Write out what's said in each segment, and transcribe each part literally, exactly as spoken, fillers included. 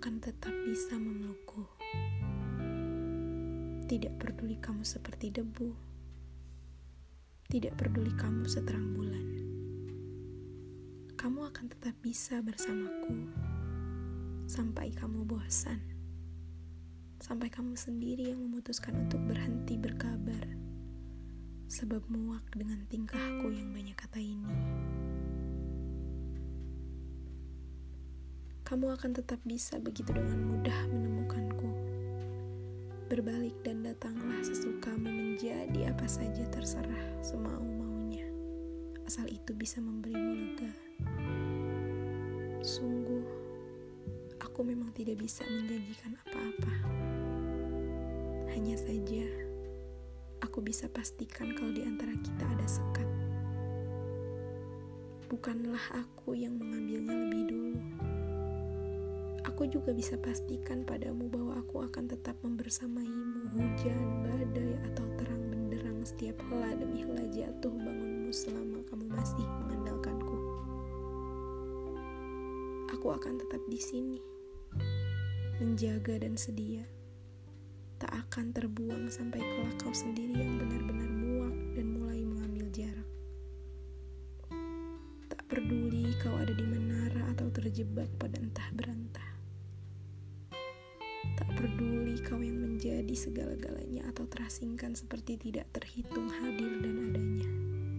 akan tetap bisa memelukku. Tidak peduli kamu seperti debu, tidak peduli kamu seterang bulan. Kamu akan tetap bisa bersamaku sampai kamu bosan, sampai kamu sendiri yang memutuskan untuk berhenti berkabar, sebab muak dengan tingkahku yang banyak kata ini. Kamu akan tetap bisa begitu dengan mudah menemukanku. Berbalik dan datanglah sesukamu, menjadi apa saja terserah semau-maunya, asal itu bisa memberimu lega. Sungguh, aku memang tidak bisa menjanjikan apa-apa. Hanya saja, aku bisa pastikan kalau di antara kita ada sekat. Bukanlah aku yang mengambilnya lebih dulu. Aku juga bisa pastikan padamu bahwa aku akan tetap membersamaimu, hujan, badai, atau terang benderang, setiap hela demi hela jatuh bangunmu selama kamu masih mengandalkanku. Aku akan tetap di sini, menjaga dan sedia. Tak akan terbuang sampai kelak kau sendiri yang benar-benar muak dan mulai mengambil jarak. Tak peduli kau ada di menara atau terjebak pada entah berantah. Tak peduli kau yang menjadi segala-galanya atau terasingkan seperti tidak terhitung hadir dan adanya.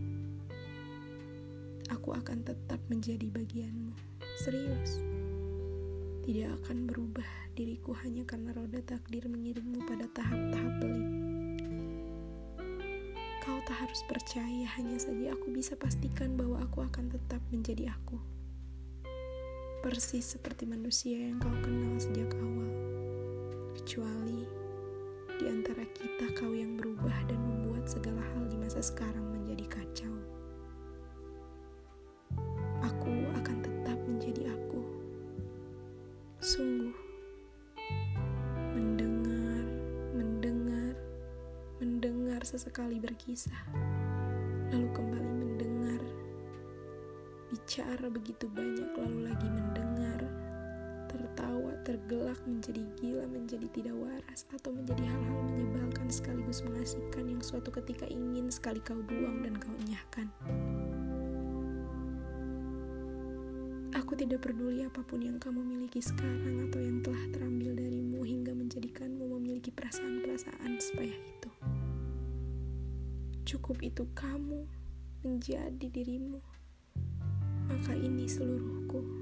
Aku akan tetap menjadi bagianmu. Serius. Tidak akan berubah diriku hanya karena roda takdir mengirimmu pada tahap-tahap pelik. Kau tak harus percaya, hanya saja aku bisa pastikan bahwa aku akan tetap menjadi aku. Persis seperti manusia yang kau kenal sejak awal. Kecuali di antara kita kau yang berubah dan membuat segala hal di masa sekarang menjadi kacau. Aku akan tetap menjadi aku. Sungguh, mendengar, mendengar, mendengar sesekali berkisah, lalu kembali mendengar, bicara begitu banyak lalu lagi mendengar, tertawa, tergelak, menjadi gila, menjadi tidak waras, atau menjadi hal-hal menyebalkan sekaligus mengasihkan yang suatu ketika ingin sekali kau buang dan kau enyahkan. Aku tidak peduli apapun yang kamu miliki sekarang atau yang telah terambil darimu hingga menjadikanmu memiliki perasaan-perasaan sepayah itu. Cukup itu kamu menjadi dirimu, maka ini seluruhku.